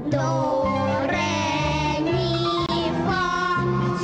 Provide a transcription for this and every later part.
До, ре, ми, фа,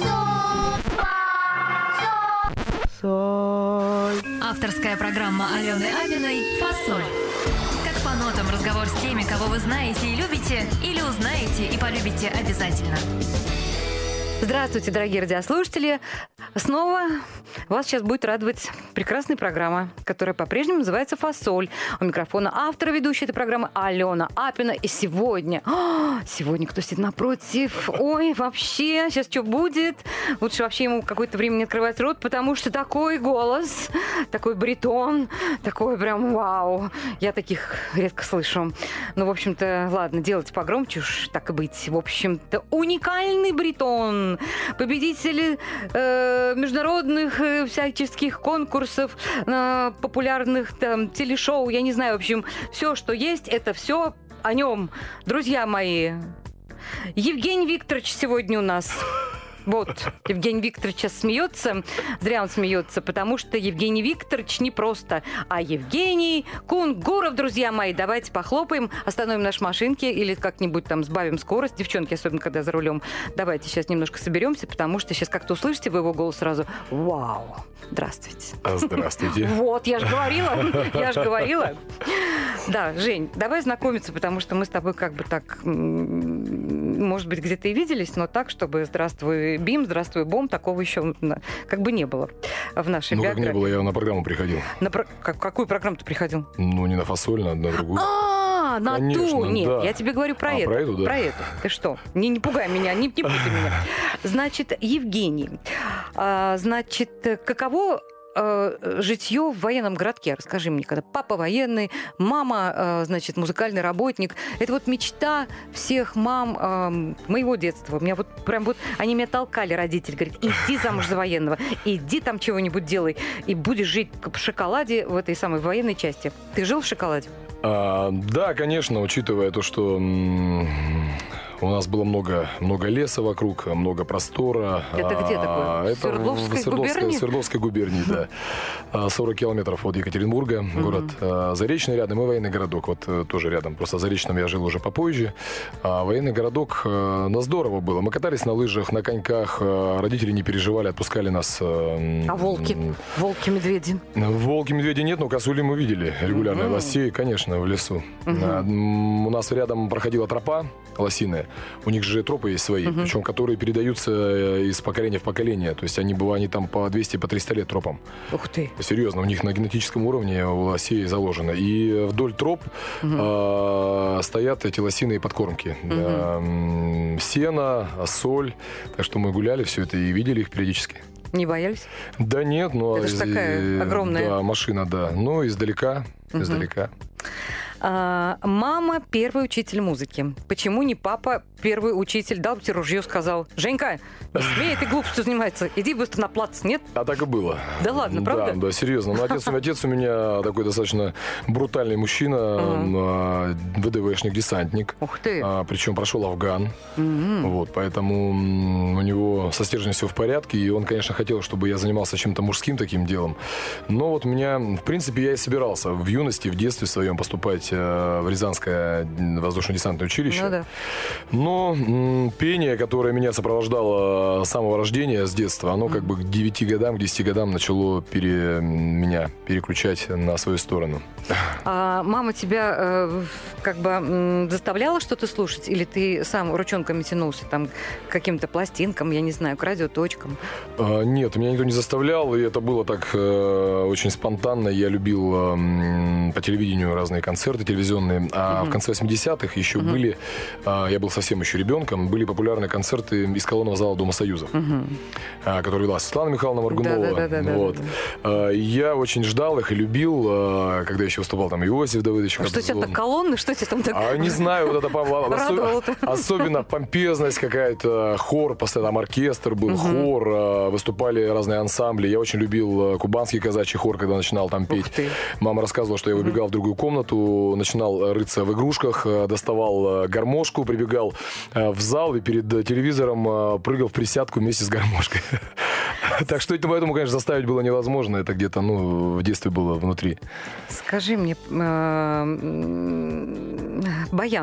соль. Авторская программа Алены Апиной «Фасоль». Как по нотам разговор с теми, кого вы знаете и любите, или узнаете и полюбите обязательно. Здравствуйте, дорогие радиослушатели. Снова вас сейчас будет радовать прекрасная программа, которая по-прежнему называется «Фасоль». У микрофона автора ведущей этой программы Алена Апина. И сегодня кто сидит напротив? Ой, вообще, сейчас что будет? Лучше вообще ему какое-то время не открывать рот, потому что такой голос, такой баритон, такой прям вау. Я таких редко слышу. Ну, в общем-то, ладно, делайте погромче уж, так и быть. В общем-то, уникальный баритон. Победители международных всяческих конкурсов, популярных там, телешоу, я не знаю, в общем, все, что есть, это все о нем. Друзья мои, Евгений Викторович сегодня у нас. Вот, Евгений Викторович сейчас смеется. Зря он смеется, потому что Евгений Викторович не просто, а Евгений Кунгуров, друзья мои. Давайте похлопаем, остановим наши машинки или как-нибудь там сбавим скорость. Девчонки, особенно когда за рулем. Давайте сейчас немножко соберемся, потому что сейчас как-то услышите вы его голос сразу. Вау! Здравствуйте. Здравствуйте. Вот, я же говорила. Да, Жень, давай знакомиться, потому что мы с тобой как бы так, может быть, где-то и виделись, но так, чтобы здравствуй, Бим, здравствуй, Бом, такого еще как бы не было в нашей биографии. Ну, как не было, я на программу приходил. Какую программу ты приходил? Ну, не на «Фасоль», на другую. На Конечно, ту? Нет, да. я тебе говорю про эту. Про эту, да. Про эту. Ты что? Не пугай меня, не путай меня. Значит, Евгений, каково житье в военном городке? Расскажи мне, когда папа военный, мама, значит, музыкальный работник. Это вот мечта всех мам моего детства. У меня вот прям вот они меня толкали, родители, говорят, иди замуж за военного, иди там чего-нибудь делай, и будешь жить в шоколаде в этой самой военной части. Ты жил в шоколаде? Да, конечно, учитывая то, что у нас было много леса вокруг, много простора. Это где такое? Это в Свердловской губернии, да. 40 километров от Екатеринбурга, город Заречный рядом и военный городок. Вот тоже рядом. Просто в Заречном я жил уже попозже. Военный городок, ну, здорово было. Мы катались на лыжах, на коньках. Родители не переживали, отпускали нас. А волки? Волки-медведи? Волки-медведи нет, но косули мы видели регулярно. Лосей, конечно, в лесу. У нас рядом проходила тропа лосиная. У них же тропы есть свои, причем которые передаются из поколения в поколение. То есть они там по 200, по 300 лет тропам. Ух ты. Серьезно, у них на генетическом уровне у лосей заложено. И вдоль троп стоят эти лосиные подкормки. Сено, соль. Так что мы гуляли все это и видели их периодически. Не боялись? Да нет, но... Это же такая огромная... Да, машина, да. Но издалека. Мама первый учитель музыки. Почему не папа первый учитель? Дал тебе ружье, сказал: Женька, не смей этой глупостью заниматься, иди быстро на плац, нет? А так и было. Да ладно, правда? Да, серьезно. Но отец у меня такой достаточно брутальный мужчина, ВДВшник-десантник. Ух ты. Причем прошел Афган. Вот, поэтому у него со стержнем все в порядке, и он, конечно, хотел, чтобы я занимался чем-то мужским таким делом. Но вот меня, в принципе, я и собирался в юности, в детстве своем поступать в Рязанское воздушно-десантное училище. Ну, да. Но пение, которое меня сопровождало с самого рождения, с детства, оно как бы к 9 годам, к 10 годам начало меня переключать на свою сторону. А мама тебя как бы заставляла что-то слушать? Или ты сам ручонками тянулся там, к каким-то пластинкам, я не знаю, к радиоточкам? Нет, меня никто не заставлял, и это было так очень спонтанно. Я любил по телевидению разные концерты телевизионные. А в конце 80-х еще были, я был совсем еще ребенком, были популярные концерты из колонного зала Дома Союзов, которые вела Светлана Михайловна Моргунова. Я очень ждал их и любил, когда еще выступал там Иосиф Давыдович. Что у тебя так колонны? Что тебе там так? Не знаю, вот это особенно помпезность какая-то, хор, постоянно там оркестр был, хор, выступали разные ансамбли. Я очень любил кубанский казачий хор, когда начинал там петь. Мама рассказывала, что я выбегал в другую комнату, начинал рыться в игрушках, доставал гармошку, прибегал в зал и перед телевизором прыгал в присядку вместе с гармошкой. Так что поэтому, конечно, заставить было невозможно. Это где-то, в детстве было внутри. Скажи мне, баян.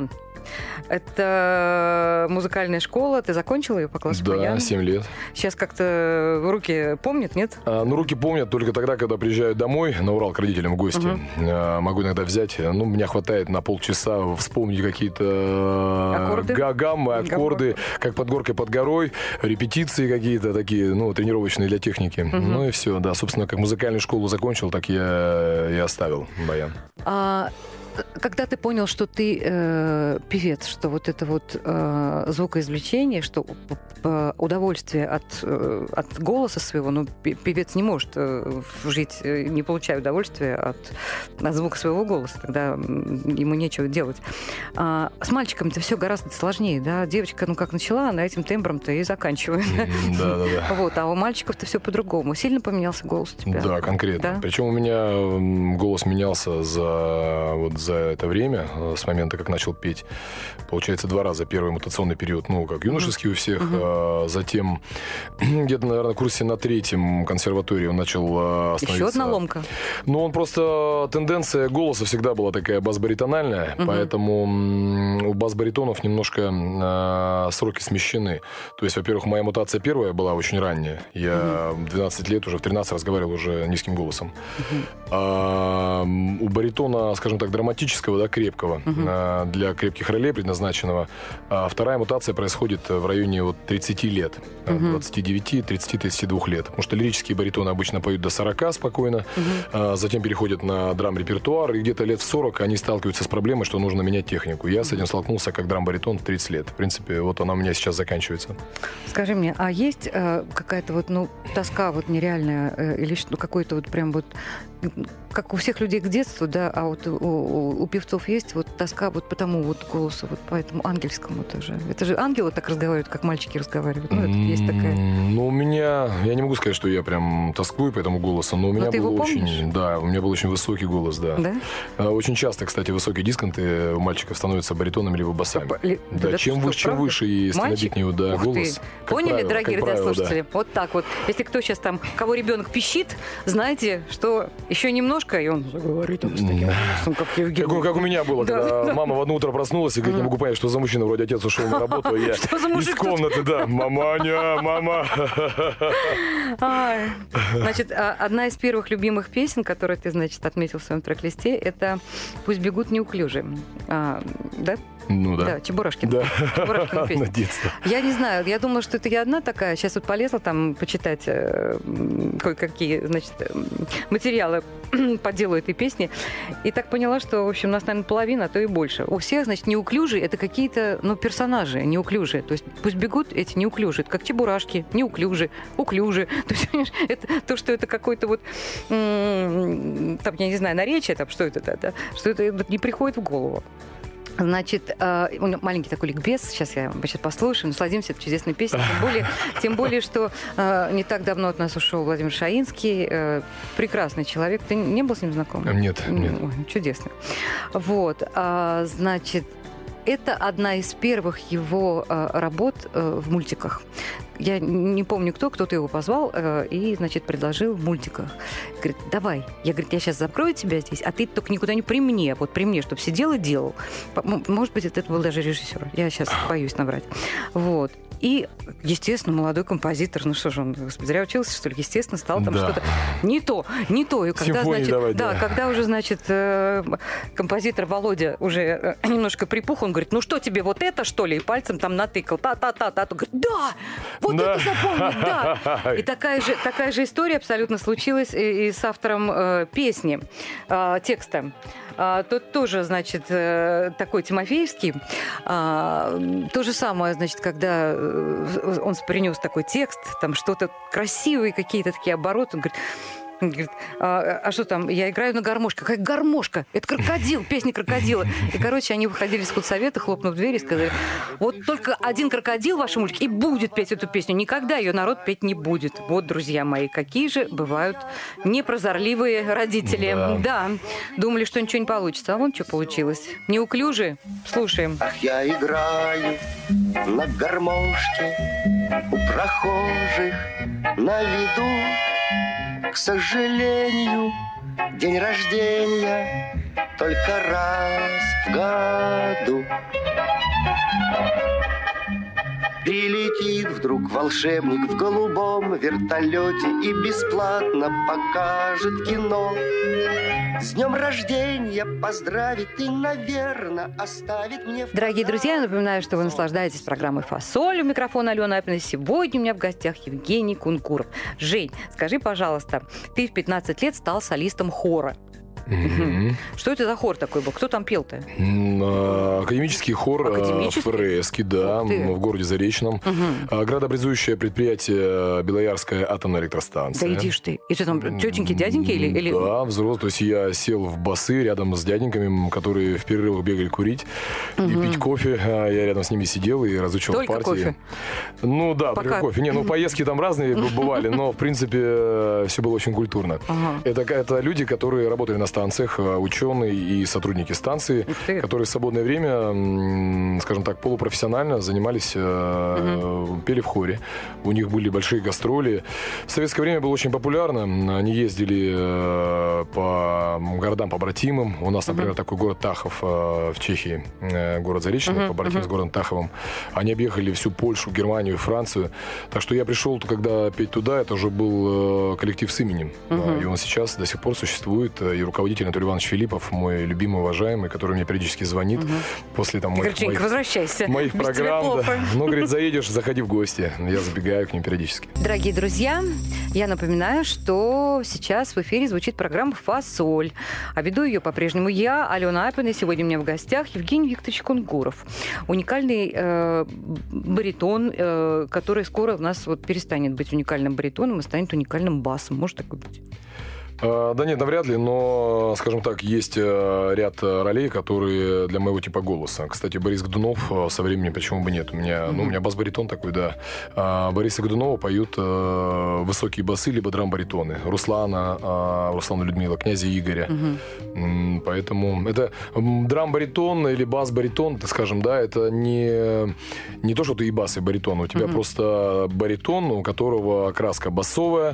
Это музыкальная школа. Ты закончила ее по классу баяна? Да, 7 лет. Сейчас как-то руки помнят, нет? Руки помнят только тогда, когда приезжаю домой на Урал к родителям в гости. Могу иногда взять. Меня хватает на полчаса вспомнить какие-то гаммы, аккорды, как под горкой, под горой, репетиции какие-то такие, тренировочные для техники. И все, да. Собственно, как музыкальную школу закончил, так я и оставил баян. Когда ты понял, что ты певец, что вот это вот звукоизвлечение, что удовольствие от голоса своего, певец не может жить, не получая удовольствия от звука своего голоса, тогда ему нечего делать. С мальчиком-то все гораздо сложнее, да? Девочка, как начала, она этим тембром-то и заканчивает. Да. Вот, а у мальчиков-то все по-другому. Сильно поменялся голос у тебя? Да, конкретно. Да? Причем у меня голос менялся за это время, с момента, как начал петь, получается, 2 раза. Первый мутационный период, как юношеский у всех. Затем, где-то, наверное, в курсе на 3-м консерватории он начал становиться... Еще одна ломка. Он просто... Тенденция голоса всегда была такая бас-баритональная, поэтому у бас-баритонов немножко сроки смещены. То есть, во-первых, моя мутация первая была очень ранняя. Я в 12 лет, уже в 13 разговаривал уже низким голосом. У баритона, скажем так, драматического, крепкого, для крепких ролей предназначенного. Вторая мутация происходит в районе 30 лет, 29, 30, 32 лет. Потому что лирические баритоны обычно поют до 40 спокойно, затем переходят на драм-репертуар, и где-то лет в 40 они сталкиваются с проблемой, что нужно менять технику. Я с этим столкнулся как драм-баритон в 30 лет. В принципе, она у меня сейчас заканчивается. Скажи мне, а есть какая-то тоска нереальная, или какой-то прям как у всех людей к детству, да, а у певцов есть тоска по тому голосу, по этому ангельскому тоже. Это же ангелы так разговаривают, как мальчики разговаривают. Это есть такая... у меня... Я не могу сказать, что я прям тоскую по этому голосу, но у меня был очень... Да, у меня был очень высокий голос, да. Очень часто, кстати, высокие дисконты у мальчиков становятся баритонами либо басами. Чем выше и стенобитнее голос. Поняли, дорогие радиослушатели? Вот так вот. Если кто сейчас кого ребенок пищит, знаете, что еще немножко, и он заговорит с таким голосом, как Евгений. Как у меня было, когда мама в одно утро проснулась и говорит, не могу понять, что за мужчина, вроде отец ушел на работу, и я из комнаты, маманя, мама. Значит, одна из первых любимых песен, которую ты, отметил в своем трек-листе, это «Пусть бегут неуклюжие». Да? Да, Чебурашкин. Да, на детство. Я не знаю, я думала, что это я одна такая. Сейчас полезла почитать кое-какие, материалы по делу этой песни. И так поняла, что, в общем, у нас, наверное, половина, а то и больше. У всех, неуклюжие — это какие-то, персонажи неуклюжие. То есть пусть бегут эти неуклюжие. Это как Чебурашки, неуклюжие, уклюжие. То есть, понимаешь, это что это какой-то я не знаю, наречие, что это, что это не приходит в голову. Значит, маленький такой ликбез. Сейчас послушаем, насладимся этой чудесной песней. Тем более, что не так давно от нас ушел Владимир Шаинский. Прекрасный человек. Ты не был с ним знаком? Нет. Ой, чудесный. Значит, это одна из первых его работ в мультиках. Я не помню, кто-то его позвал и, предложил в мультиках. Говорит, давай. Я сейчас закрою тебя здесь, а ты только никуда не при мне, чтобы сидел и делал. Может быть, это был даже режиссер. Я сейчас боюсь наврать. И, естественно, молодой композитор, что же он, зря учился, что ли, естественно, стал что-то не то. И когда, когда уже, композитор Володя уже немножко припух, он говорит, что тебе, это, что ли? И пальцем натыкал, та-та-та-та. Он говорит, да! Это запомнить, да! И такая же история абсолютно случилась и с автором песни, текста. Тот тоже, такой Тимофеевский. То же самое, когда он принес такой текст, там что-то красивые какие-то такие обороты. Он говорит, а что там? Я играю на гармошке. Какая гармошка? Это крокодил, песня крокодила. И, они выходили из худсовета, хлопнув дверь и сказали, только один крокодил в вашем мультике и будет петь эту песню. Никогда ее народ петь не будет. Друзья мои, какие же бывают непрозорливые родители. Да. Думали, что ничего не получится. А что получилось. Неуклюжие? Слушаем. Ах, я играю на гармошке у прохожих на виду. К сожалению, день рождения только раз в году. Прилетит вдруг волшебник в голубом вертолете и бесплатно покажет кино. С днем рождения поздравит и, наверное, оставит мне... Дорогие друзья, я напоминаю, что вы наслаждаетесь программой «Фасоль». У микрофона Алена Апина. Сегодня у меня в гостях Евгений Кунгуров. Жень, скажи, пожалуйста, ты в 15 лет стал солистом хора. Что это за хор такой был? Кто там пел-то? Академический хор Фрески, да, в городе Заречном. Градообразующее предприятие Белоярская атомная электростанция. Да иди ж ты. И что там, тетеньки, дяденьки или... Да, взрослый. То есть я сел в басы рядом с дяденьками, которые в перерывах бегали курить и пить кофе. Я рядом с ними сидел и разучивал партии. Только кофе? Ну да, только кофе. Не, поездки там разные бывали, но в принципе все было очень культурно. Это люди, которые работали на станциях, ученые и сотрудники станции, которые в свободное время, скажем так, полупрофессионально занимались, пели в хоре. У них были большие гастроли. В советское время было очень популярно. Они ездили по городам побратимым. У нас, например, такой город Тахов в Чехии, город Заречный, побратим с городом Таховым. Они объехали всю Польшу, Германию, Францию. Так что я пришел, когда петь туда, это уже был коллектив с именем. И он сейчас до сих пор существует. И руководитель Анатолий Иванович Филиппов, мой любимый, уважаемый, который мне периодически звонит после там, моих программ. Да. Ну, говорит, заедешь, заходи в гости. Я забегаю к ним периодически. Дорогие друзья, я напоминаю, что сейчас в эфире звучит программа «Фасоль». А веду ее по-прежнему я, Алена Апина. Сегодня у меня в гостях Евгений Викторович Кунгуров. Уникальный баритон, который скоро у нас перестанет быть уникальным баритоном и станет уникальным басом. Может такое быть? Да нет, навряд ли, но, скажем так, есть ряд ролей, которые для моего типа голоса. Кстати, Борис Годунов со временем, почему бы нет? У меня бас-баритон такой, да. Бориса Годунова поют высокие басы, либо драм-баритоны. Руслана Людмила, князя Игоря. Поэтому это драм-баритон или бас-баритон, скажем, да, это не то, что ты и бас, и баритон. У тебя просто баритон, у которого окраска басовая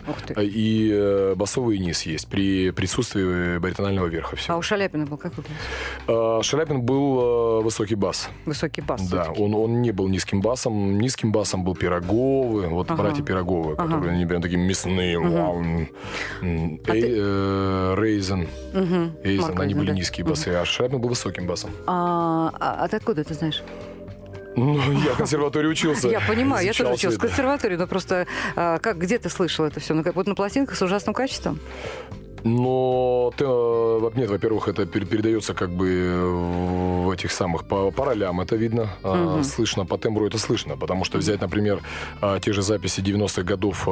и басовый низ есть при присутствии баритонального верха. Всего. А у Шаляпина был какой бас? Шаляпин был высокий бас. Высокий бас. Да, он не был низким басом. Низким басом был Пироговы, братья Пироговы, которые они прям такие мясные. Рейзен. Они были низкие басы, а Шаляпин был высоким басом. А ты откуда это знаешь? Ну, я в консерватории учился. Я понимаю, я тоже учился в консерватории, но просто где ты слышал это все? Вот на пластинках с ужасным качеством? Но нет, во-первых, это передается как бы в этих самых по ролям, это видно, слышно, по тембру это слышно, потому что взять, например, те же записи 90-х годов,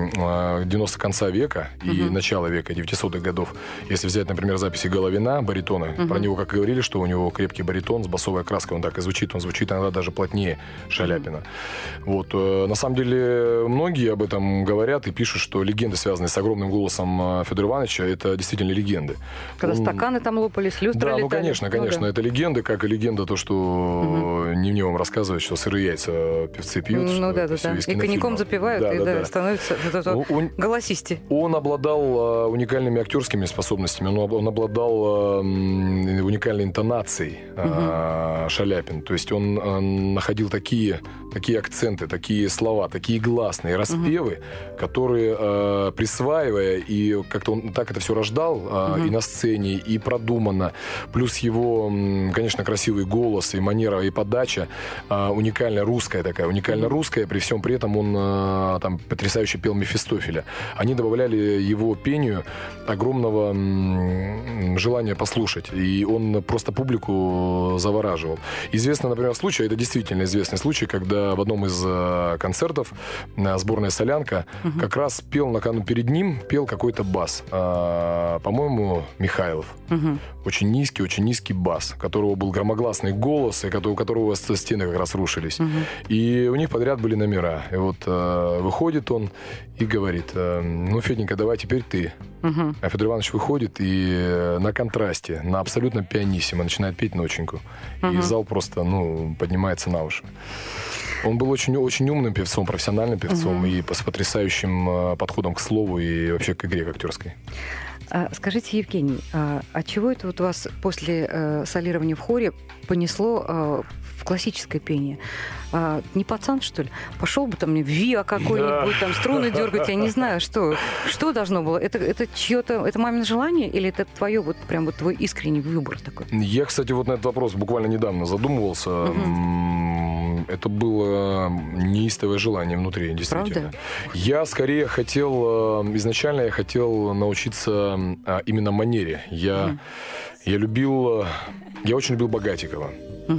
90 конца века и начала века, 900-х годов, если взять, например, записи Головина, баритона, про него как и говорили, что у него крепкий баритон с басовой окраской, он так и звучит, он звучит иногда даже плотнее Шаляпина. Вот. На самом деле, многие об этом говорят и пишут, что легенды, связанные с огромным голосом Федора Ивановича, это действительно легенды. Когда стаканы там лопались, люстры летали. Да, конечно. Это легенды, как и легенда то, что не мне вам рассказывать, что сырые яйца певцы пьют. И коньяком запивают, и становится голосистее. Он обладал уникальными актерскими способностями, он обладал уникальной интонацией, Шаляпин. То есть он находил такие акценты, такие слова, такие гласные распевы, которые, присваивая, и как-то он так это все рождал и на сцене, и продуманно. Плюс его, конечно, красивый голос, и манера, и подача уникальная русская такая, уникально русская. При всем при этом он там потрясающе пел Мефистофеля. Они добавляли его пению огромного желания послушать. И он просто публику завораживал. Известный, например, случай, это действительно известный случай, когда в одном из концертов сборная «Солянка» как раз пел перед ним какой-то бас. По-моему, Михайлов. Очень низкий бас, у которого был громогласный голос, и у которого стены как раз рушились. И у них подряд были номера. И вот выходит он и говорит: ну, Феденька, давай теперь ты. А Федор Иванович выходит и на контрасте, на абсолютно пианиссимо начинает петь ноченьку. И зал просто, поднимается на уши. Он был очень, очень умным певцом, профессиональным певцом и с потрясающим подходом к слову и вообще к игре актерской. Скажите, Евгений, а чего это вот вас после солирования в хоре понесло в классическое пение. Не пацан, что ли? Пошел бы там в ВИА какой-нибудь, там струны дергать, я не знаю, что должно было. Это чье-то, это мамино желание или это твое вот прям вот твой искренний выбор такой? Я, кстати, вот на этот вопрос буквально недавно задумывался. Это было неистовое желание внутри, действительно. Правда? Я скорее хотел, изначально я хотел научиться именно манере. Я очень любил Богатикова.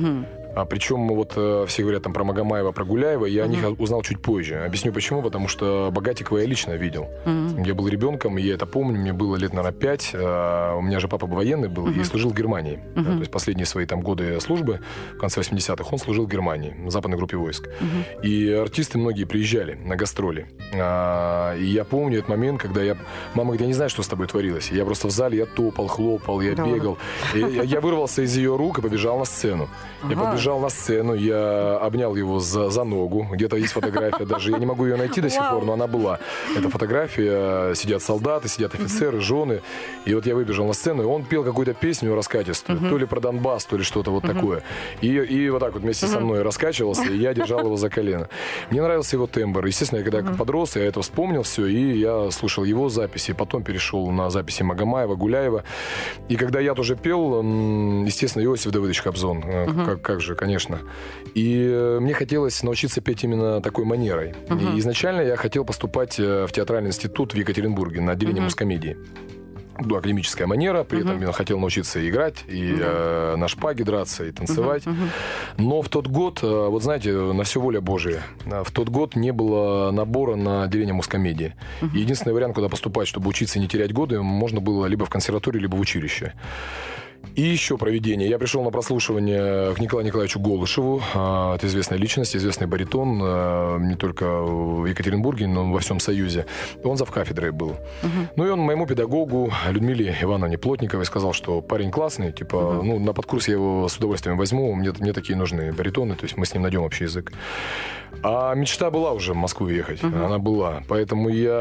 Причем вот все говорят там про Магомаева, про Гуляева. Я о них узнал чуть позже. Объясню почему. Потому что Богатикова я лично видел. Я был ребенком, и я это помню. Мне было лет, наверное, 5. У меня же папа военный был и служил в Германии. То есть последние свои там годы службы, в конце 80-х, он служил в Германии, в западной группе войск. И артисты многие приезжали на гастроли. И я помню этот момент, когда мама говорит, я не знаю, что с тобой творилось. Я просто в зале, я топал, хлопал, я бегал. Я вырвался из ее рук и побежал на сцену. Я побежал на сцену, я обнял его за ногу. Где-то есть фотография даже. Я не могу ее найти до сих пор, но она была. Это фотография. Сидят солдаты, сидят офицеры, жены. И вот я выбежал на сцену, и он пел какую-то песню раскатистую. То ли про Донбасс, то ли что-то вот такое. И вот так вот вместе со мной раскачивался, и я держал его за колено. Мне нравился его тембр. Естественно, я когда подрос, я это вспомнил все, и я слушал его записи. Потом перешел на записи Магомаева, Гуляева. И когда я тоже пел, естественно, Иосиф Давыдович Кобзон. Как же, конечно. И мне хотелось научиться петь именно такой манерой. И изначально я хотел поступать в театральный институт в Екатеринбурге на отделение мускомедии. Академическая манера, при этом я хотел научиться играть, и на шпаге драться, и танцевать. Но в тот год, вот знаете, на все воля Божия, в тот год не было набора на отделение мускомедии. И единственный вариант, куда поступать, чтобы учиться и не терять годы, можно было либо в консерваторию, либо в училище. И еще проведение. Я пришел на прослушивание к Николаю Николаевичу Голышеву. Это известная личность, известный баритон не только в Екатеринбурге, но и во всем Союзе. Он завкафедрой был. Ну и он моему педагогу Людмиле Ивановне Плотниковой сказал, что парень классный, типа, на подкурс я его с удовольствием возьму, мне такие нужны баритоны, то есть мы с ним найдем общий язык. А мечта была уже в Москву ехать, она была. Поэтому я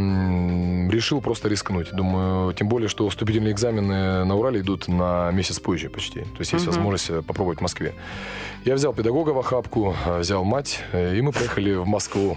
решил просто рискнуть. Думаю, тем более, что вступительные экзамены на Урале идут на месяц позже почти. То есть есть возможность попробовать в Москве. Я взял педагога в охапку, взял мать, и мы поехали в Москву.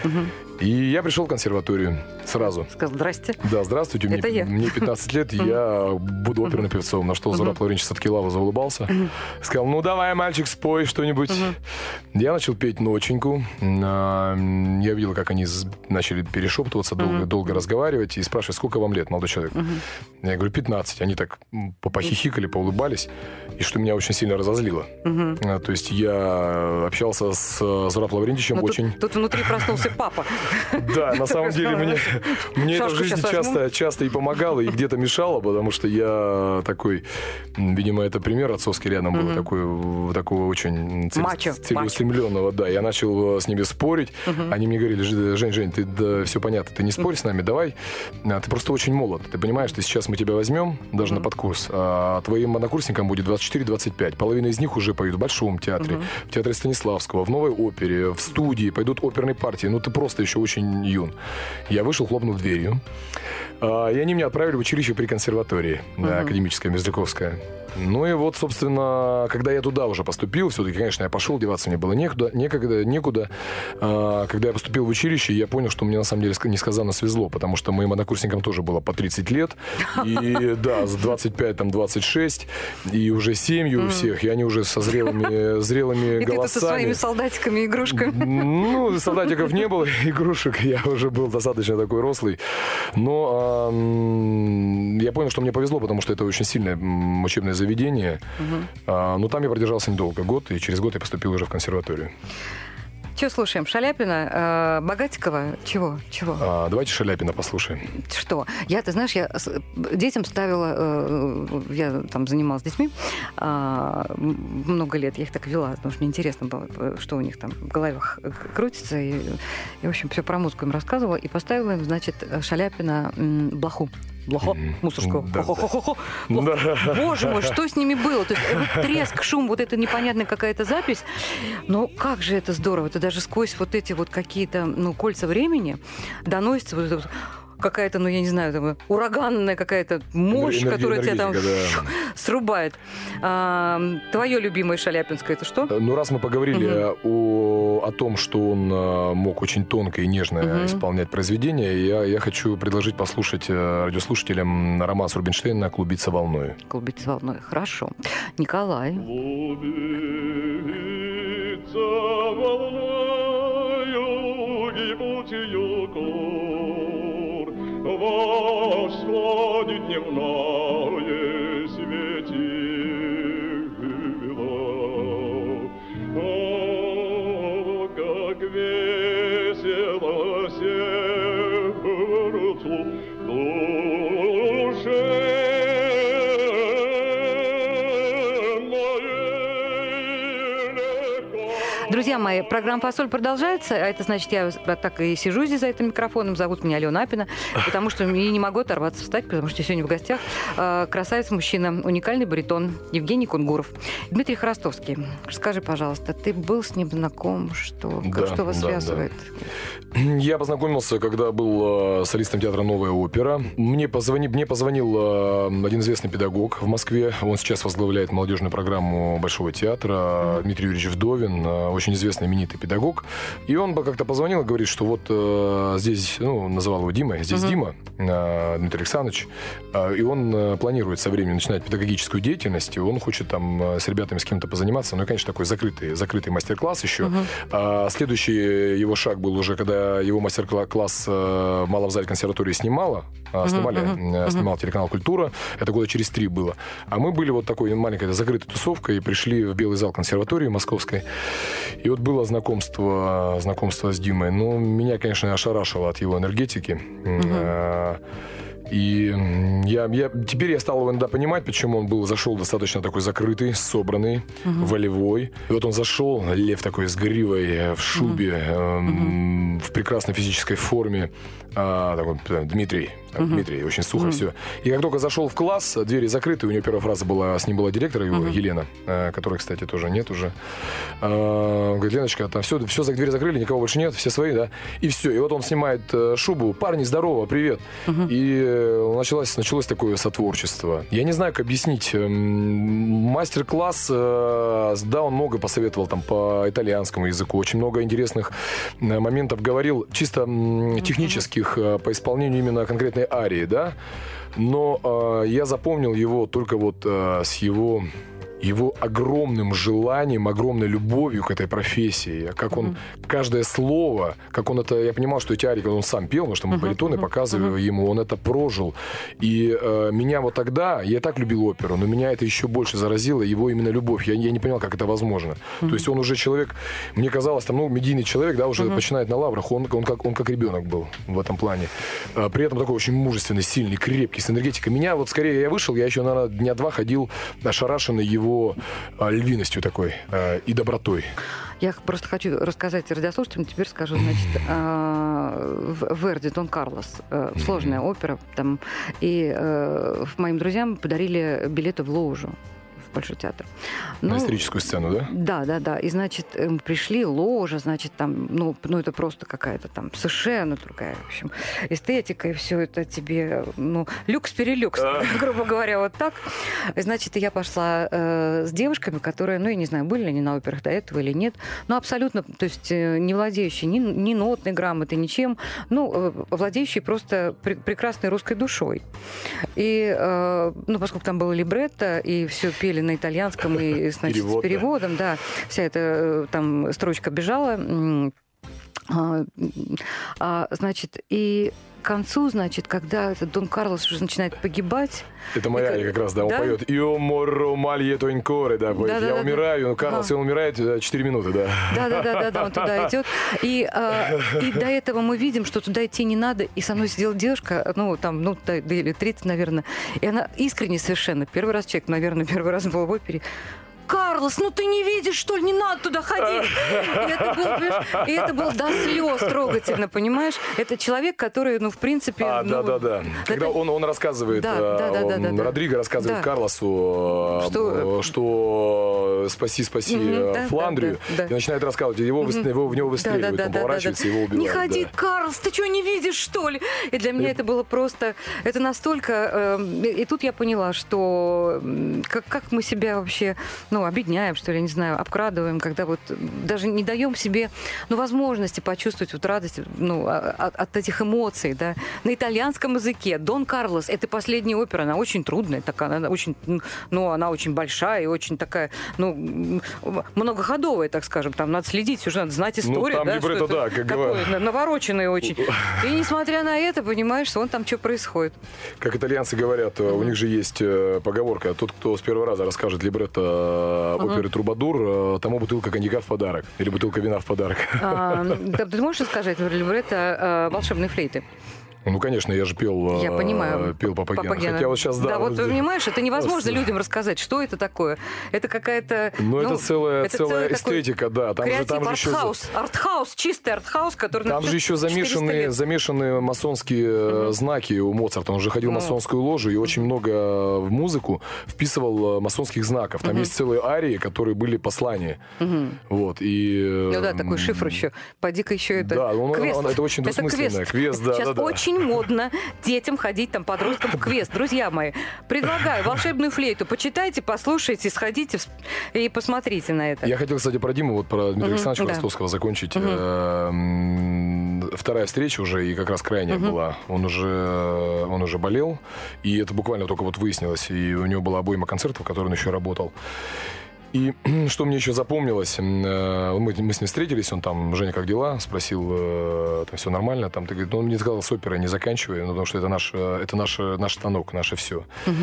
И я пришел в консерваторию сразу. Сказал, здрасте. Да, здравствуйте. Мне 15 лет, и я буду оперным певцом. На что Зураб Лаврентьевич Садкилава заулыбался. Сказал, ну давай, мальчик, спой что-нибудь. Я начал петь «Ноченьку». Я видел, как они начали перешептываться, долго разговаривать. И спрашивают, сколько вам лет, молодой человек? Я говорю, 15. Они так похихикали, поулыбались. И что меня очень сильно разозлило. То есть я общался с Зурабом Лаврентьевичем очень... Тут внутри проснулся папа. Да, на самом деле мне это в жизни часто и помогало, и где-то мешало, потому что я такой, видимо, это пример отцовский рядом был, такого очень целеустремленного. Да, я начал с ними спорить, они мне говорили, Жень, ты все понятно, ты не спорь с нами, давай, ты просто очень молод, ты понимаешь, что сейчас мы тебя возьмем даже на подкурс, а твоим однокурсникам будет 24-25, половина из них уже поют в Большом театре, в театре Станиславского, в Новой опере, в студии, пойдут оперные партии, ты просто еще очень юн. Я вышел, хлопнул дверью. И они меня отправили в училище при консерватории, академическое, Мерзляковское. Ну и вот, собственно, когда я туда уже поступил, все-таки, конечно, я пошел, деваться мне было некуда. Когда я поступил в училище, я понял, что мне на самом деле несказанно свезло, потому что моим однокурсникам тоже было по 30 лет. И да, с 25, там, 26, и уже семьи у всех, и они уже со зрелыми голосами. И ты со своими солдатиками и игрушками? Ну, солдатиков не было, игрушек, я уже был достаточно такой рослый. Но я понял, что мне повезло, потому что это очень сильное учебное заведение. Но там я продержался недолго, год, и через год я поступил уже в консерваторию. Что слушаем? Шаляпина, Богатикова? Чего? Давайте Шаляпина послушаем. Что? Ты знаешь, я детям ставила, я там занималась с детьми много лет, я их так вела, потому что мне интересно было, что у них там в голове крутится, и в общем, все про музыку им рассказывала, и поставила им, значит, Шаляпина Блоху. Мусорского. Да. Боже мой, что с ними было? То есть треск, шум, вот это непонятная какая-то запись. Но как же это здорово. Это даже сквозь вот эти вот какие-то кольца времени доносится вот это вот. какая-то, ну, я не знаю, там, ураганная какая-то мощь, которая тебя там срубает. Твое любимое Шаляпинское — это что? Ну, раз мы поговорили о том, что он мог очень тонко и нежно исполнять произведения, я хочу предложить послушать радиослушателям романс Рубинштейна «Клубиться волною». «Клубиться волною». Хорошо. Николай. Клубиться волною гибуть ее гор, восходит дневное светило. О, как весело сердцу душе. Друзья мои, программа «Фасоль» продолжается, а это значит, я так и сижу здесь за этим микрофоном, зовут меня Алена Апина, потому что я не могу оторваться, встать, потому что сегодня в гостях красавец-мужчина, уникальный баритон Евгений Кунгуров. Дмитрий Хворостовский, скажи, пожалуйста, ты был с ним знаком, что вас связывает? Да. Я познакомился, когда был солистом театра «Новая опера». Мне позвонил один известный педагог в Москве, он сейчас возглавляет молодежную программу Большого театра, Дмитрий Юрьевич Вдовин, очень известный, именитый педагог. И он как-то позвонил и говорит, что вот здесь, называл его Димой, здесь Дима, Дмитрий Александрович, и он планирует со временем начинать педагогическую деятельность, и он хочет там с ребятами с кем-то позаниматься. Ну и, конечно, такой закрытый мастер-класс еще. Следующий его шаг был уже, когда его мастер-класс в Малом зале консерватории снимал телеканал «Культура». Это года через 3 было. А мы были вот такой маленькой закрытой тусовкой и пришли в Белый зал консерватории московской. И вот было знакомство с Димой. Ну, меня, конечно, ошарашило от его энергетики. И теперь я стал его иногда понимать, почему он зашел достаточно такой закрытый, собранный, волевой. И вот он зашел, лев такой с гривой, в шубе, в прекрасной физической форме. Такой, Дмитрий, очень сухо все. И как только зашел в класс, двери закрыты, у него первая фраза была, с ним была директор его, Елена, которой, кстати, тоже нет уже. Говорит, Леночка, там все двери закрыли, никого больше нет, все свои, да? И все, и вот он снимает шубу, парни, здорово, привет. И началось такое сотворчество. Я не знаю, как объяснить. Мастер-класс, да, он много посоветовал там по итальянскому языку, очень много интересных моментов говорил, чисто технических, по исполнению именно конкретной арии, да, но я запомнил его только вот с его огромным желанием, огромной любовью к этой профессии, как он, каждое слово, как он это, я понимал, что эти арии, когда он сам пел, потому что мы баритоны показывали ему, он это прожил. И меня вот тогда, я так любил оперу, но меня это еще больше заразило, его именно любовь. Я не понял, как это возможно. То есть он уже человек, мне казалось, там, медийный человек, да, уже начинает на лаврах, он как ребенок был в этом плане. При этом такой очень мужественный, сильный, крепкий, с энергетикой. Меня вот скорее, я вышел, я еще, наверное, дня 2 ходил ошарашенный его львиностью такой и добротой. Я просто хочу рассказать радиослушателям, теперь скажу, значит, Верди, Дон Карлос, сложная опера, там, и моим друзьям подарили билеты в ложу. Большой театр. На историческую сцену, да? Да. И, значит, мы пришли, ложа, значит, там, это просто какая-то там совершенно другая, в общем, эстетика, и все это тебе, люкс-перелюкс, грубо говоря, вот так. Значит, я пошла с девушками, которые, я не знаю, были ли они на операх до этого или нет, но абсолютно, то есть не владеющие ни нотной грамотой, ничем, владеющие просто прекрасной русской душой. И, поскольку там было либретто, и все пели на итальянском и, значит, с переводом, да, вся эта там строчка бежала, значит, и к концу, значит, когда этот Дон Карлос уже начинает погибать... Это моя ария как раз, да, он поет «Io morro malietto in cuore», да, поет «Я умираю», Карлос, он умирает 4 минуты, да. Да, он туда идет. И до этого мы видим, что туда идти не надо, и со мной сидела девушка, или 30, наверное, и она искренне совершенно, первый раз был в опере, Карлос, ну ты не видишь, что ли, не надо туда ходить. И это было до слез трогательно, понимаешь? Это человек, который, ну, в принципе... Да. Когда он рассказывает, Родриго рассказывает Карлосу, что спаси Фландрию, и начинает рассказывать, в него выстреливают, он поворачивается, его убивают. Не ходи, Карлос, ты что, не видишь, что ли? И для меня это было просто... Это настолько... И тут я поняла, что как мы себя вообще, ну, обедняем, что ли, не знаю, обкрадываем, когда вот даже не даем себе, ну, возможности почувствовать вот радость, ну, от этих эмоций, да. На итальянском языке Дон Карлос — это последняя опера, она очень трудная, такая, она очень, ну, она очень большая и очень такая, ну, многоходовая, так скажем, там надо следить, уже надо знать историю, там да, либретто, что это как такое, говорят. навороченное очень. И несмотря на это, понимаешь, вон там что происходит. Как итальянцы говорят, у них же есть поговорка: тот, кто с первого раза расскажет либретто оперы «Трубадур», тому бутылка коньяка в подарок. Или бутылка вина в подарок. Ты можешь рассказать либретто «Волшебной флейты»? Ну, конечно, я же пел, я понимаю, пел Папагена. Хотя вот сейчас, да, вот понимаешь, это невозможно людям рассказать, что это такое. Это какая-то... Ну, это целая эстетика, да. Там же еще... Артхаус, чистый артхаус, который... Там же еще замешаны масонские знаки у Моцарта. Он же ходил в масонскую ложу и очень много в музыку вписывал масонских знаков. Там есть целые арии, которые были послания. Вот, и... Ну да, такой шифр еще. Поди-ка еще это... Да, это очень двусмысленное. Квест, да. Сейчас очень модно детям ходить, там, подросткам в квест. Друзья мои, предлагаю «Волшебную флейту». Почитайте, послушайте, сходите и посмотрите на это. Я хотел, кстати, про Диму, вот про Дмитрия Александровича Ростовского закончить. Вторая встреча уже, и как раз крайняя была. Он уже болел, и это буквально только вот выяснилось. И у него была обойма концертов, в которых он еще работал. И что мне еще запомнилось, мы с ним встретились, он там: Женя, как дела? Спросил, там все нормально? Там, ты говоришь, он мне сказал, с оперой не заканчивай, потому что это наш станок, наше все.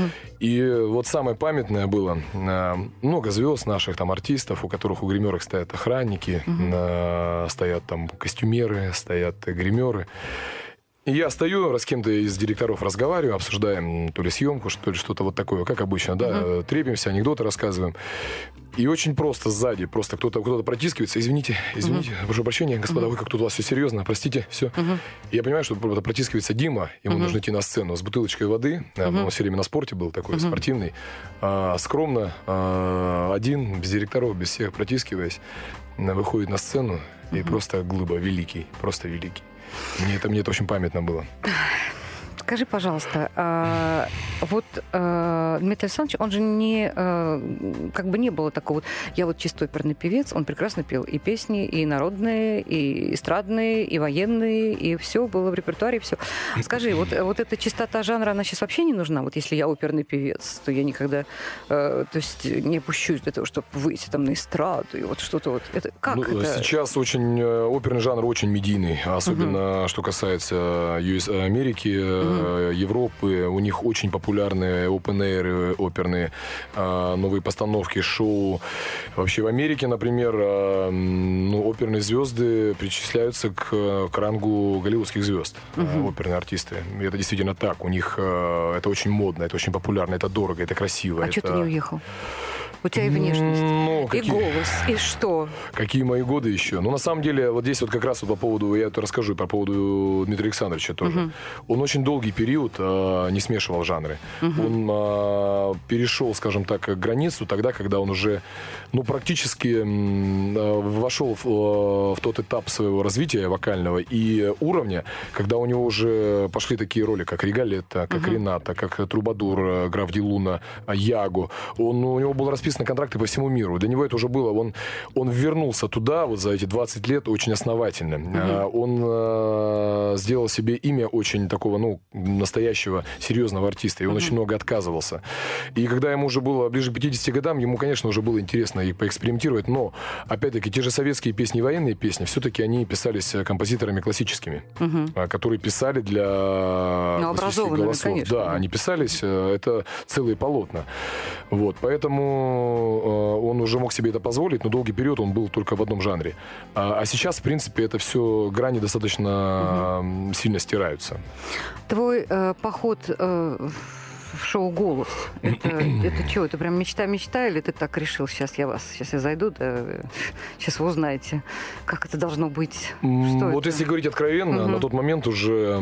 И вот самое памятное было: много звезд наших, там, артистов, у которых у гримерок стоят охранники, стоят там костюмеры, стоят гримеры. И я стою, с кем-то из директоров разговариваю, обсуждаем то ли съемку, то ли что-то вот такое, как обычно, да, трепимся, анекдоты рассказываем. И очень просто сзади, просто кто-то протискивается: извините, прошу прощения, господа, вы как тут у вас все серьезно, простите, все. И я понимаю, что протискивается Дима, ему нужно идти на сцену с бутылочкой воды, он все время на спорте был такой спортивный, скромно, один, без директоров, без всех, протискиваясь, выходит на сцену, и просто глыба, великий, просто великий. Мне это очень памятно было. Скажи, пожалуйста, вот Дмитрий Александрович, он же не, как бы не было такого, я вот чисто оперный певец, он прекрасно пел и песни, и народные, и эстрадные, и военные, и все было в репертуаре, все. Скажи, вот эта чистота жанра, она сейчас вообще не нужна? Вот если я оперный певец, то я никогда, то есть не опущусь для того, чтобы выйти там на эстраду, и вот что-то вот. Это, как это? Сейчас оперный жанр очень медийный, особенно что касается Америки, Европы. У них очень популярные open-air оперные, новые постановки, шоу. Вообще в Америке, например, оперные звезды причисляются к рангу голливудских звезд, оперные артисты. И это действительно так. У них это очень модно, это очень популярно, это дорого, это красиво. А что ты не уехал? У тебя и внешность, и голос, и что? Какие мои годы еще? Ну, на самом деле, вот здесь вот как раз вот по поводу, я это расскажу по поводу Дмитрия Александровича тоже. Он очень долгий период не смешивал жанры. Он перешел, скажем так, границу тогда, когда он уже, практически вошел в тот этап своего развития вокального и уровня, когда у него уже пошли такие роли, как «Риголетто», как «Рената», как «Трубадур», «Граф Ди Луна», «Яго». У него был расписан контракты по всему миру. Для него это уже было. Он вернулся туда вот за эти 20 лет очень основательно. Он сделал себе имя очень такого, настоящего, серьезного артиста. И он очень много отказывался. И когда ему уже было ближе к 50 годам, ему, конечно, уже было интересно и поэкспериментировать. Но, опять-таки, те же советские песни, военные песни, все-таки они писались композиторами классическими, которые писали для классических голосов. Конечно, да, они писались, это целые полотна. Вот, поэтому он уже мог себе это позволить, но долгий период он был только в одном жанре. А сейчас, в принципе, это все грани достаточно сильно стираются. Твой поход в шоу «Голос». Это что, это прям мечта или ты так решил? Сейчас я зайду, да, сейчас вы узнаете, как это должно быть. Вот если говорить откровенно, на тот момент уже...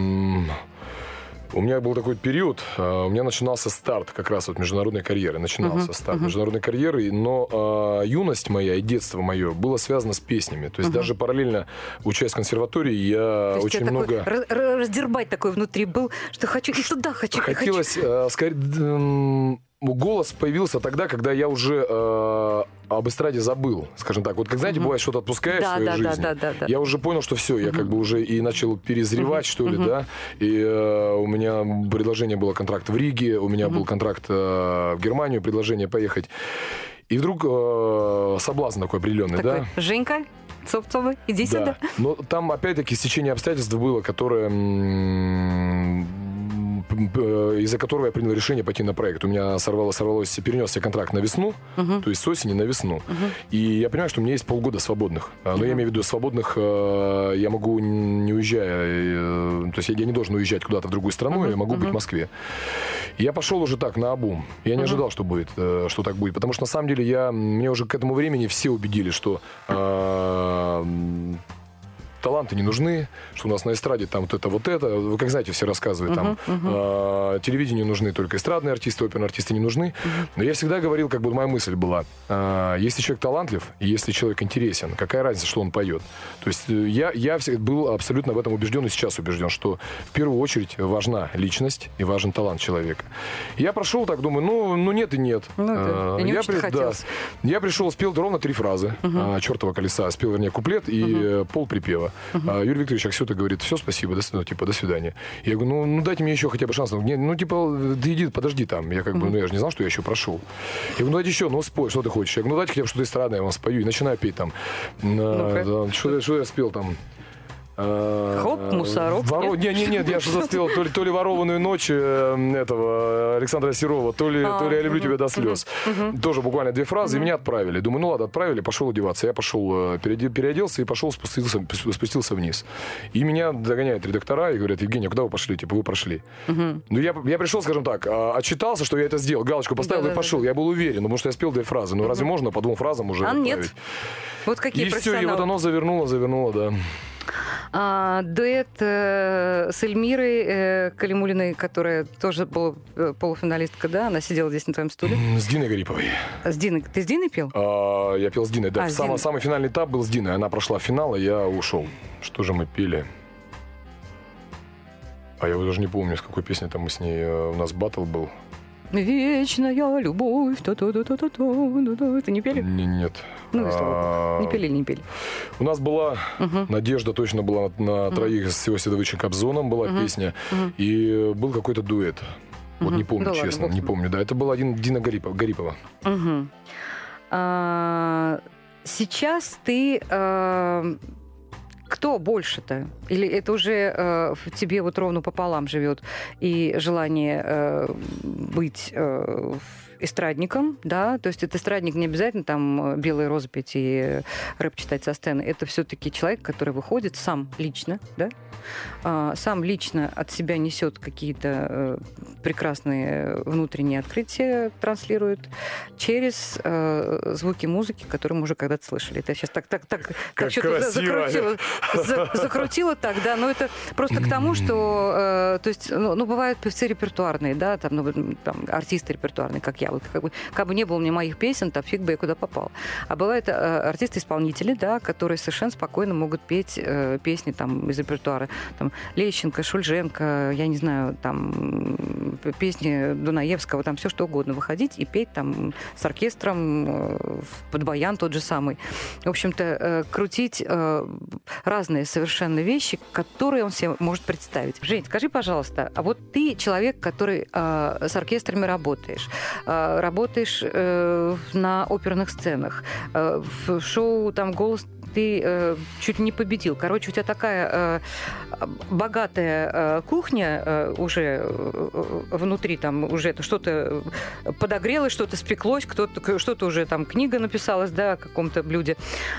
У меня был такой период, у меня начинался старт как раз вот международной карьеры. Международной карьеры, но юность моя и детство мое было связано с песнями. То есть даже параллельно учась в консерватории, я очень много... Раздербать такой внутри был, что хочу и туда хочу. Хотелось, скорее... Голос появился тогда, когда я уже об эстраде забыл, скажем так. Вот как, знаете, бывает, что-то отпускаешь в своей жизни. Да. Я уже понял, что все, я как бы уже и начал перезревать, что ли, да. И у меня предложение было контракт в Риге, у меня был контракт в Германию, предложение поехать. И вдруг соблазн такой определенный, такой, да. Женька, Цоп-Цоп, иди сюда. Но там, опять-таки, стечение обстоятельств было, которое... из-за которого я принял решение пойти на проект. У меня перенесся контракт на весну, то есть с осени на весну. И я понимаю, что у меня есть полгода свободных. Но я имею в виду свободных, я могу не уезжая, то есть я не должен уезжать куда-то в другую страну, я могу быть в Москве. И я пошел уже так, наобум. Я не ожидал, что так будет. Потому что, на самом деле, мне уже к этому времени все убедили, что... таланты не нужны, что у нас на эстраде там вот это. Вы как знаете, все рассказывают, там телевидению нужны только эстрадные артисты, оперные артисты не нужны. Но я всегда говорил, как бы моя мысль была, если человек талантлив, если человек интересен, какая разница, что он поет. То есть я был абсолютно в этом убежден и сейчас убежден, что в первую очередь важна личность и важен талант человека. Я прошел так, думаю, ну нет и нет. Я пришел, спел ровно 3 фразы «Чёртова колеса», спел, вернее, куплет и полприпева. Юрий Викторович Аксёта говорит: все, спасибо, до свидания. Я говорю, ну дайте мне еще хотя бы шанс. Ты иди, подожди там. Я я же не знал, что я еще прошел. Я говорю, дайте еще, спой, что ты хочешь. Я говорю, дайте хотя бы что-то эстрадное, я вам спою. И начинаю петь там. Что я спел там? Хоп, мусорок. Нет, я что-то спел, то ли «Ворованную ночь» этого Александра Серова, то ли «Я люблю тебя до слез». Тоже буквально 2 фразы, и меня отправили. Думаю, ну ладно, отправили, пошел одеваться. Я пошел, переоделся и пошел, спустился вниз. И меня догоняют редактора и говорят: Евгений, куда вы пошли? Типа, вы прошли. Ну, я пришел, скажем так, отчитался, что я это сделал, галочку поставил и пошел. Я был уверен, потому что я спел 2 фразы. Ну, разве можно по 2 фразам уже отправить? Нет. Вот какие и все, и вот оно завернуло, да. Дуэт с Эльмирой Калимуллиной, которая тоже была полуфиналистка, да? Она сидела здесь на твоем стуле. С Диной Гариповой. С Диной? Ты с Диной пел? Я пел с Диной, да. Самый финальный этап был с Диной. Она прошла финал, и я ушел. Что же мы пели? Я даже не помню, с какой песней там мы с ней... У нас баттл был. Вечная любовь. Ты не пели? Нет. Не пели. У нас была надежда, точно была на троих с Иосифом Давыдовичем Кобзоном была песня. И был какой-то дуэт. Вот не помню, честно, не помню. Да, это был один Дина Гарипова. Сейчас ты... Кто больше-то? Или это уже в тебе вот ровно пополам живет и желание быть эстрадником, да? То есть это эстрадник не обязательно там белые розы петь и рэп читать со сцены. Это все-таки человек, который выходит сам лично, да? Сам лично от себя несет какие-то прекрасные внутренние открытия, транслирует через звуки музыки, которые мы уже когда-то слышали. Это я сейчас так что-то закрутила так, да, но это просто к тому, что, то есть, бывают певцы репертуарные, да, там артисты репертуарные, как я, вот как бы не было мне моих песен, там фиг бы я куда попала. А бывают артисты-исполнители, да, которые совершенно спокойно могут петь песни там из репертуара. Там Лещенко, Шульженко, я не знаю, там песни Дунаевского, там все что угодно, выходить и петь там с оркестром, под баян тот же самый. В общем-то, крутить разные совершенно вещи, которые он себе может представить. Жень, скажи, пожалуйста, а вот ты человек, который с оркестрами работаешь на оперных сценах, в шоу там «Голос» ты чуть ли не победил. Короче, у тебя такая богатая кухня уже внутри, там уже что-то подогрелось, что-то спеклось, что-то уже там книга написалась, да, о каком-то блюде.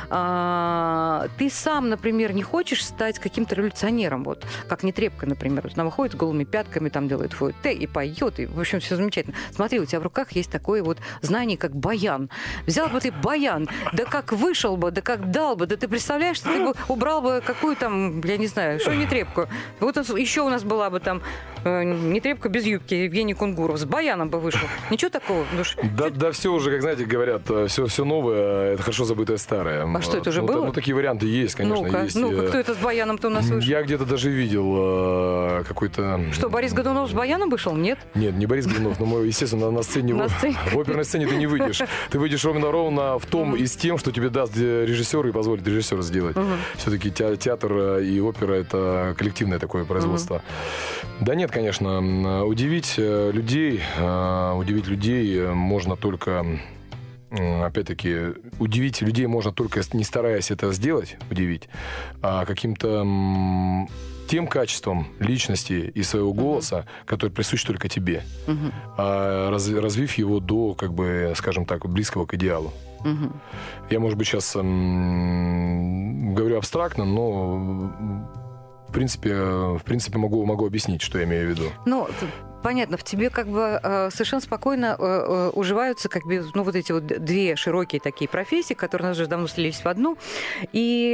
Ты сам, например, не хочешь стать каким-то революционером, вот, как Нетребко, например. Вот она выходит с голыми пятками, там делает фуэте и поет, и, в общем, все замечательно. Смотри, у тебя в руках есть такое вот знание, как баян. Взял бы ты баян, да как вышел бы, да как дал бы, да ты представляешь, что ты бы убрал бы какую там, я не знаю, что Нетребко. Вот еще у нас была бы там Нетребко без юбки, Евгений Кунгуров, с баяном бы вышел. Ничего такого? Да, все уже, как знаете, говорят, все новое, это хорошо забытое старое. А что, это уже было? Ну, такие варианты есть, конечно. Ну-ка, кто это с баяном-то у нас вышел? Я где-то даже видел какой-то... Что, Борис Годунов с баяном вышел? Нет? Нет, не Борис Годунов, но мы, естественно, на сцене, в оперной сцене ты не выйдешь. Ты выйдешь ровно в том и с тем, что тебе даст режиссер и позволит режиссер сделать. Все-таки театр и опера — это коллективное такое производство. Да нет, конечно, удивить людей можно только... Опять-таки, удивить людей можно только не стараясь это сделать, а каким-то тем качеством личности и своего голоса, который присущ только тебе, развив его до, как бы, скажем так, близкого к идеалу. Я, может быть, сейчас говорю абстрактно, но в принципе могу объяснить, что я имею в виду. Ну, понятно, в тебе как бы совершенно спокойно уживаются как бы, ну, вот эти вот две широкие такие профессии, которые у нас уже давно слились в одну. И,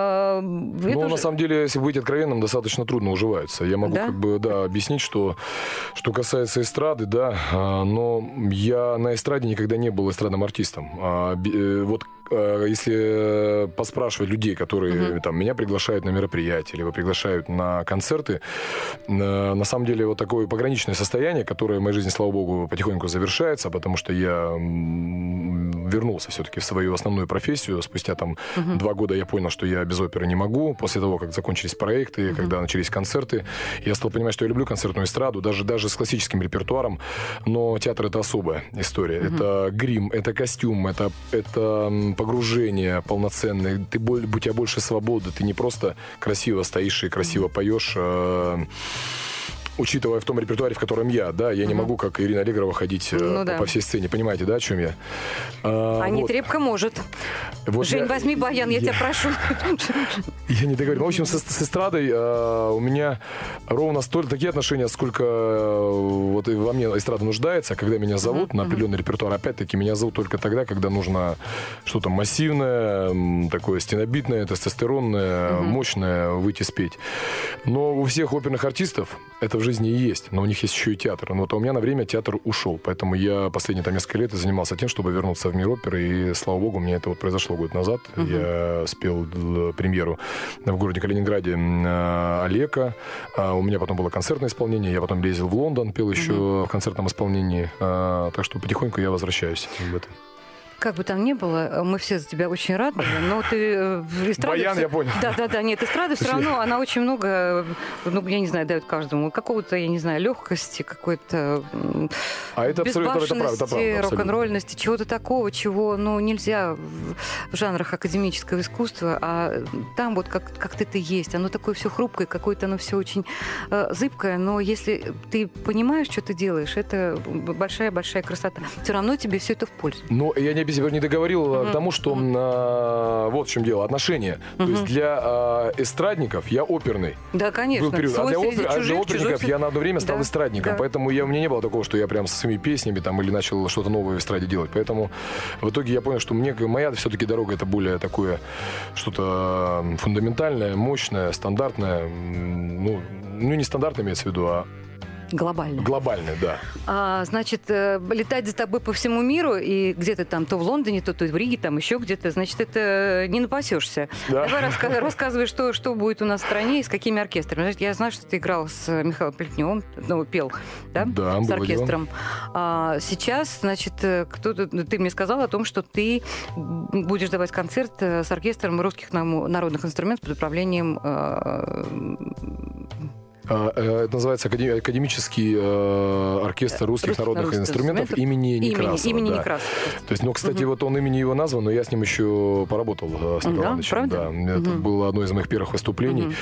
на самом деле, если быть откровенным, достаточно трудно уживаются. Я могу объяснить, что касается эстрады, но я на эстраде никогда не был эстрадным артистом. Вот если поспрашивать людей, которые там, меня приглашают на мероприятия, либо приглашают на концерты, на самом деле вот такое пограничное состояние, которое в моей жизни, слава богу, потихоньку завершается, потому что я вернулся все-таки в свою основную профессию. Спустя там 2 года я понял, что я без оперы не могу. После того, как закончились проекты, когда начались концерты, я стал понимать, что я люблю концертную эстраду, даже с классическим репертуаром, но театр — это особая история. Это грим, это костюм, это погружение полноценное. У тебя больше свободы. Ты не просто красиво стоишь и красиво поешь, учитывая в том репертуаре, в котором я не могу, как Ирина Аллегрова, ходить по всей сцене. Понимаете, о чем я? Нетребко может. Вот Жень, возьми баян, я тебя прошу. Я не договорил. В общем, с эстрадой у меня ровно столь такие отношения, сколько вот во мне эстрада нуждается. Когда меня зовут на определенный репертуар, опять-таки, меня зовут только тогда, когда нужно что-то массивное, такое стенобитное, тестостеронное, мощное выйти спеть. Но у всех оперных артистов это в жизни и есть, но у них есть еще и театр. Но вот у меня на время театр ушел, поэтому я последние несколько лет занимался тем, чтобы вернуться в мир оперы, и, слава богу, мне это вот произошло год назад. Я спел премьеру в городе Калининграде Олега. У меня потом было концертное исполнение, я потом ездил в Лондон, пел еще в концертном исполнении. Так что потихоньку я возвращаюсь в это. Как бы там ни было, мы все за тебя очень рады, но ты в эстраде... Баян, я понял. Да, нет, эстрада все равно, она очень много, я не знаю, дает каждому какого-то, я не знаю, легкости, какой-то безбашенности, рок-н-ролльности, чего-то такого, чего, нельзя в жанрах академического искусства, а там вот как ты есть, оно такое все хрупкое, какое-то оно все очень зыбкое, но если ты понимаешь, что ты делаешь, это большая-большая красота. Все равно тебе все это в пользу. Но я не договорил к тому, что вот в чем дело, отношения. То есть для эстрадников я оперный. Да, конечно. Был период. А для оперников я на одно время стал эстрадником. Да. Поэтому у меня не было такого, что я прям со своими песнями там, или начал что-то новое в эстраде делать. Поэтому в итоге я понял, что моя все-таки дорога — это более такое что-то фундаментальное, мощное, стандартное. Не стандартное имеется в виду, а глобально. Глобально, да. Значит, летать за тобой по всему миру, и где-то там то в Лондоне, то в Риге, там еще где-то, значит, это не напасешься. Да. Давай рассказывай, что будет у нас в стране и с какими оркестрами. Значит, я знаю, что ты играл с Михаилом Плетневым, пел, да? Да, с оркестром. Сейчас, значит, ты мне сказал о том, что ты будешь давать концерт с оркестром русских народных инструментов под управлением Это называется академический оркестр русских народных инструментов имени Некрасова. Имени да. Некрасова. То есть, кстати, вот он имени его назван, но я с ним еще поработал, с Николаем Ивановичем. Правда? Да, это было одно из моих первых выступлений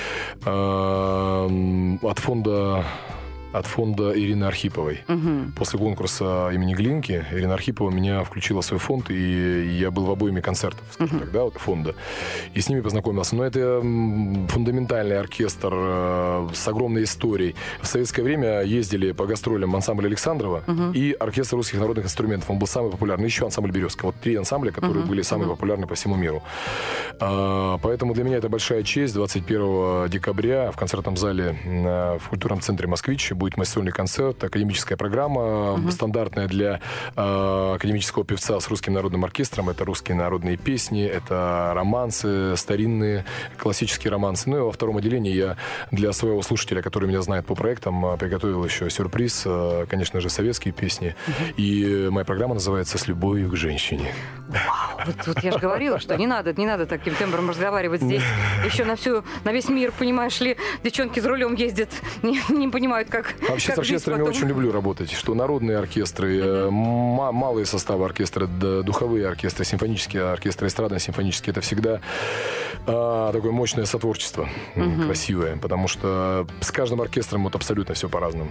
от фонда Ирины Архиповой. После конкурса имени Глинки Ирина Архипова меня включила в свой фонд, и я был в обоими концертах, скажем так, да, вот, фонда. И с ними познакомился. Но это фундаментальный оркестр с огромной историей. В советское время ездили по гастролям ансамбль Александрова и оркестр русских народных инструментов. Он был самый популярный. Еще ансамбль «Березка». Вот 3 ансамбля, которые были самые популярные по всему миру. Поэтому для меня это большая честь. 21 декабря в концертном зале в культурном центре «Москвич» будет мой сольный концерт, академическая программа, стандартная для академического певца с русским народным оркестром. Это русские народные песни, это романсы, старинные классические романсы. Ну и во втором отделении я для своего слушателя, который меня знает по проектам, приготовил еще сюрприз, конечно же, советские песни. И моя программа называется «С любовью к женщине». Вот я же говорила, что не надо таким тембром разговаривать здесь. Еще на весь мир, понимаешь ли, девчонки за рулем ездят, не понимают, как. Вообще с оркестрами очень люблю работать. Что народные оркестры, малые составы оркестра, духовые оркестры, симфонические оркестры, эстрадно-симфонические. Это всегда такое мощное сотворчество, красивое. Потому что с каждым оркестром вот абсолютно все по-разному.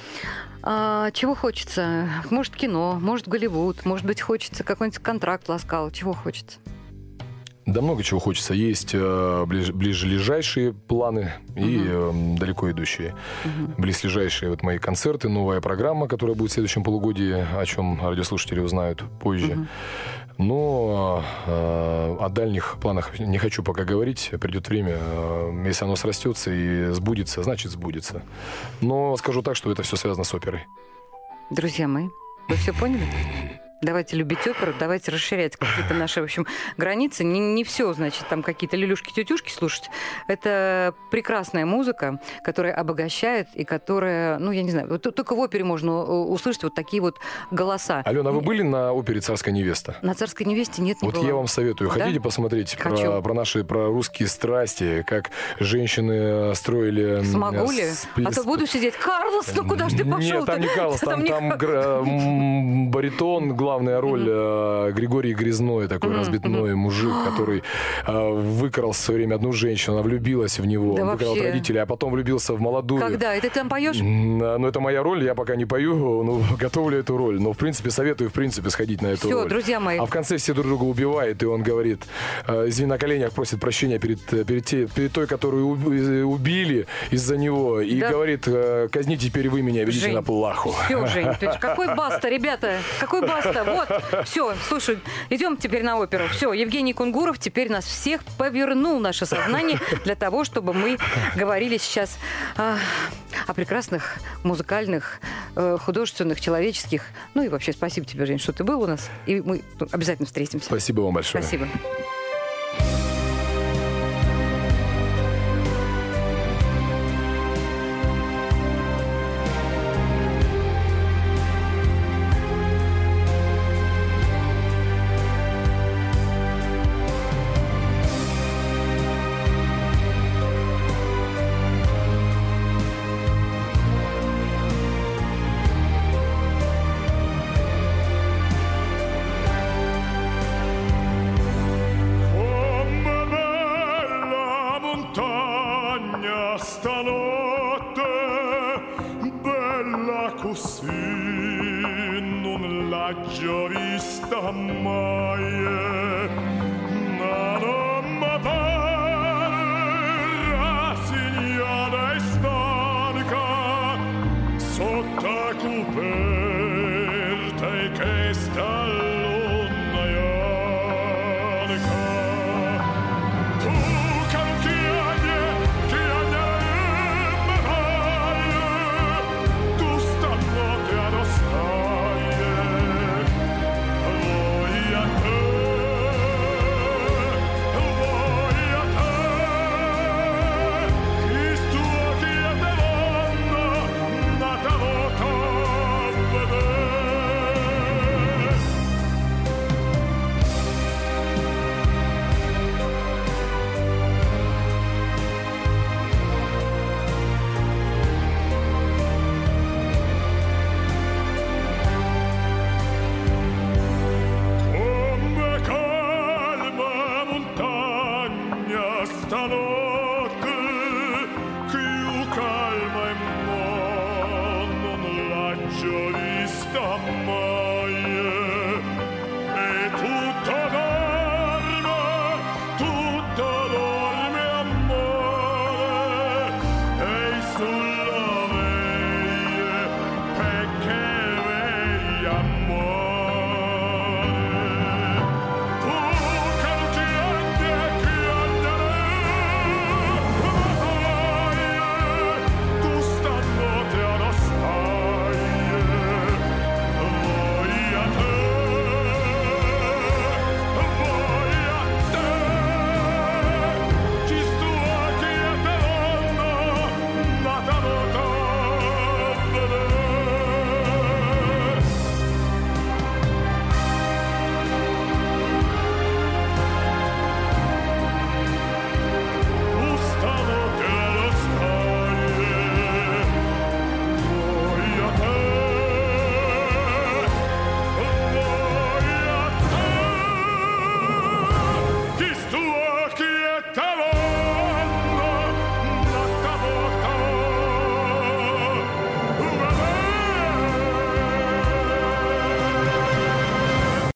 Чего хочется? Может, кино, может, Голливуд, может быть, хочется какой-нибудь контракт ласкал. Чего хочется? Да много чего хочется. Есть ближайшие планы и далеко идущие. Близлежащие вот мои концерты, новая программа, которая будет в следующем полугодии, о чем радиослушатели узнают позже. Но о дальних планах не хочу пока говорить. Придет время, если оно срастется и сбудется, значит сбудется. Но скажу так, что это все связано с оперой. Друзья мои, вы все поняли? Давайте любить оперу, давайте расширять какие-то наши, в общем, границы. Не все, значит, там какие-то лелюшки-тетюшки слушать. Это прекрасная музыка, которая обогащает и которая, ну, я не знаю, вот только в опере можно услышать вот такие вот голоса. Алена, вы были на опере «Царская невеста»? На «Царской невесте» нет, не вот была. Я вам советую. Да? Хотите посмотреть про русские страсти, как женщины строили... Смогу ли? А то буду сидеть. Карлос, ну куда ж ты пошел? Нет, там не Карлос, там баритон, главная роль Григорий Грязной, такой разбитной мужик, который выкрал в свое время одну женщину, она влюбилась в него, да выкрал от родителей, а потом влюбился в молодую. Когда? Это ты там поешь? Ну, это моя роль, я пока не пою, но готовлю эту роль. Но, в принципе, советую, сходить на эту роль. Все, друзья мои. А в конце все друг друга убивают, и он говорит, извини, на коленях просит прощения перед той, которую убили из-за него, и говорит, казните теперь вы меня, ведите на плаху. Все, Жень, какой баста, ребята, какой баста, вот. Все, слушай, идем теперь на оперу. Все, Евгений Кунгуров теперь нас всех повернул наше сознание для того, чтобы мы говорили сейчас о прекрасных музыкальных, художественных, человеческих. Ну и вообще спасибо тебе, Жень, что ты был у нас. И мы обязательно встретимся. Спасибо вам большое. Спасибо. stanno